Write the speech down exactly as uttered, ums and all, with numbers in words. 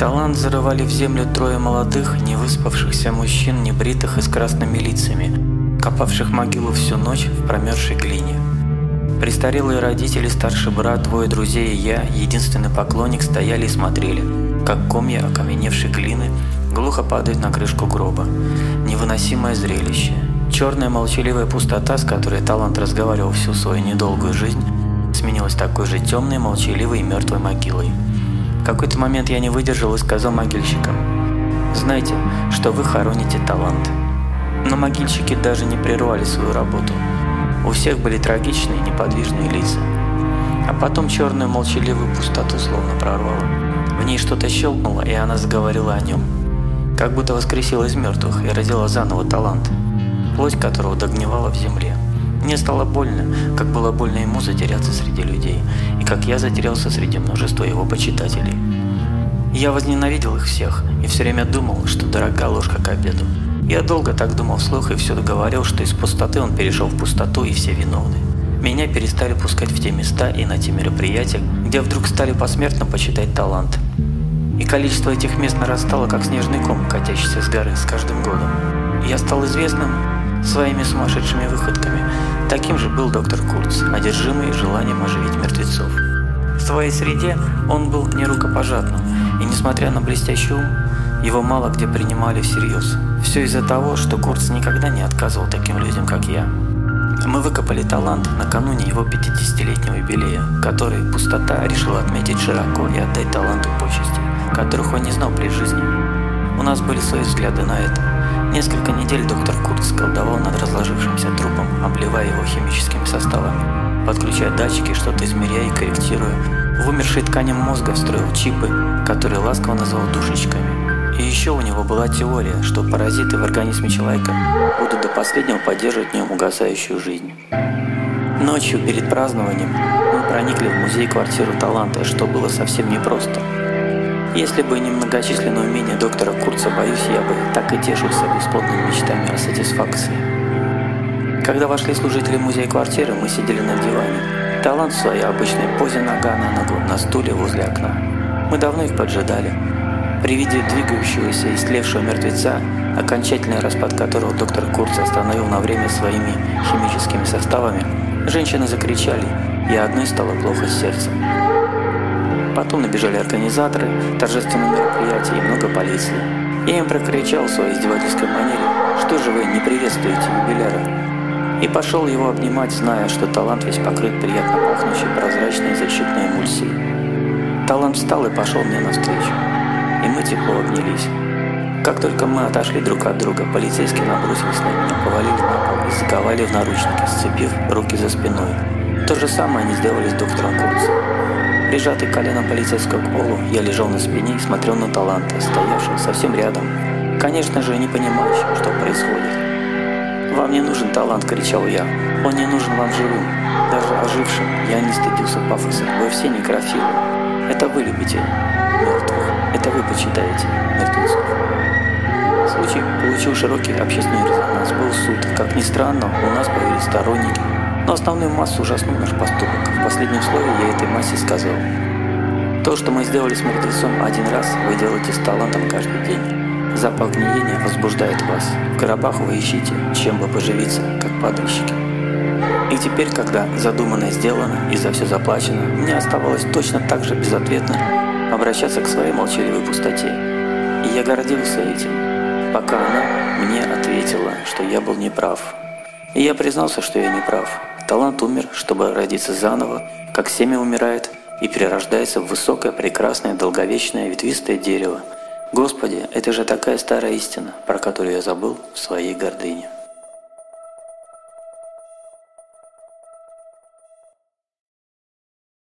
Талант зарывали в землю трое молодых, невыспавшихся мужчин, небритых и с красными лицами, копавших могилу всю ночь в промерзшей глине. Престарелые родители, старший брат, двое друзей и я, единственный поклонник, стояли и смотрели, как комья окаменевшей глины глухо падают на крышку гроба. Невыносимое зрелище. Черная молчаливая пустота, с которой Талант разговаривал всю свою недолгую жизнь, сменилась такой же темной, молчаливой и мертвой могилой. В какой-то момент я не выдержал и сказал могильщикам: «Знайте, что вы хороните талант». Но могильщики даже не прервали свою работу. У всех были трагичные, неподвижные лица. А потом черную молчаливую пустоту словно прорвало. В ней что-то щелкнуло, и она заговорила о нем. Как будто воскресила из мертвых и родила заново талант, плоть которого догнивала в земле. Мне стало больно, как было больно ему затеряться среди людей, и как я затерялся среди множества его почитателей. Я возненавидел их всех и все время думал, что дорога ложка к обеду. Я долго так думал вслух и всюду говорил, что из пустоты он перешел в пустоту, и все виновны. Меня перестали пускать в те места и на те мероприятия, где вдруг стали посмертно почитать талант. И количество этих мест нарастало, как снежный ком, катящийся с горы с каждым годом. Я стал известным своими сумасшедшими выходками. Таким же был доктор Курц, одержимый желанием оживить мертвецов. В своей среде он был нерукопожатным, и несмотря на блестящий ум, его мало где принимали всерьез. Все из-за того, что Курц никогда не отказывал таким людям, как я. Мы выкопали талант накануне его пятидесятилетнего юбилея, который пустота решила отметить широко и отдать таланту почести, которых он не знал при жизни. У нас были свои взгляды на это. Несколько недель доктор Курц колдовал над разложившимся трупом, обливая его химическими составами, подключая датчики, что-то измеряя и корректируя. В умершие тканям мозга встроил чипы, которые ласково называл душечками. И еще у него была теория, что паразиты в организме человека будут до последнего поддерживать в нем угасающую жизнь. Ночью перед празднованием мы проникли в музей-квартиру таланта, что было совсем непросто. Если бы не многочисленные умения доктора Курца, боюсь, я бы так и тешился бесплодными мечтами о сатисфакции. Когда вошли служители музея-квартиры, мы сидели на диване. Талант в своей обычной позе, нога на ногу, на стуле возле окна. Мы давно их поджидали. При виде двигающегося и истлевшего мертвеца, окончательный распад которого доктор Курц остановил на время своими химическими составами, женщины закричали, и одной стало плохо с сердцем. Потом набежали организаторы торжественного мероприятия и много полиции. Я им прокричал в своей издевательской манере: «Что же вы не приветствуете юбиляра?» И пошел его обнимать, зная, что талант весь покрыт приятно пахнущей прозрачной защитной эмульсией. Талант встал и пошел мне навстречу. И мы тепло обнялись. Как только мы отошли друг от друга, полицейские набросились на меня, повалили на пол и заковали в наручники, сцепив руки за спиной. То же самое они сделали с доктором Курцем. Прижатый коленом полицейского к полу, я лежал на спине и смотрел на таланта, стоявшего совсем рядом, конечно же, не понимающего, что происходит. «Вам не нужен талант!» – кричал я. «Он не нужен вам живым, даже ожившим!» Я не стыдился пафоса. «Вы все некрофилы. Это вы любите мертвых. Это вы почитаете мертвецов». Случай получил широкий общественный резонанс. Был суд. Как ни странно, у нас появились сторонники. Но основную массу ужаснул наш поступок. В последнем слове я этой массе сказал: «То, что мы сделали с мертвецом один раз, вы делаете с талантом каждый день. Запах гниения возбуждает вас. В гробах вы ищите, чем бы поживиться, как падальщики». И теперь, когда задуманное сделано и за все заплачено, мне оставалось точно так же безответно обращаться к своей молчаливой пустоте. И я гордился этим, пока она мне ответила, что я был неправ. И я признался, что я неправ. Талант умер, чтобы родиться заново, как семя умирает и перерождается в высокое, прекрасное, долговечное, ветвистое дерево. Господи, это же такая старая истина, про которую я забыл в своей гордыне.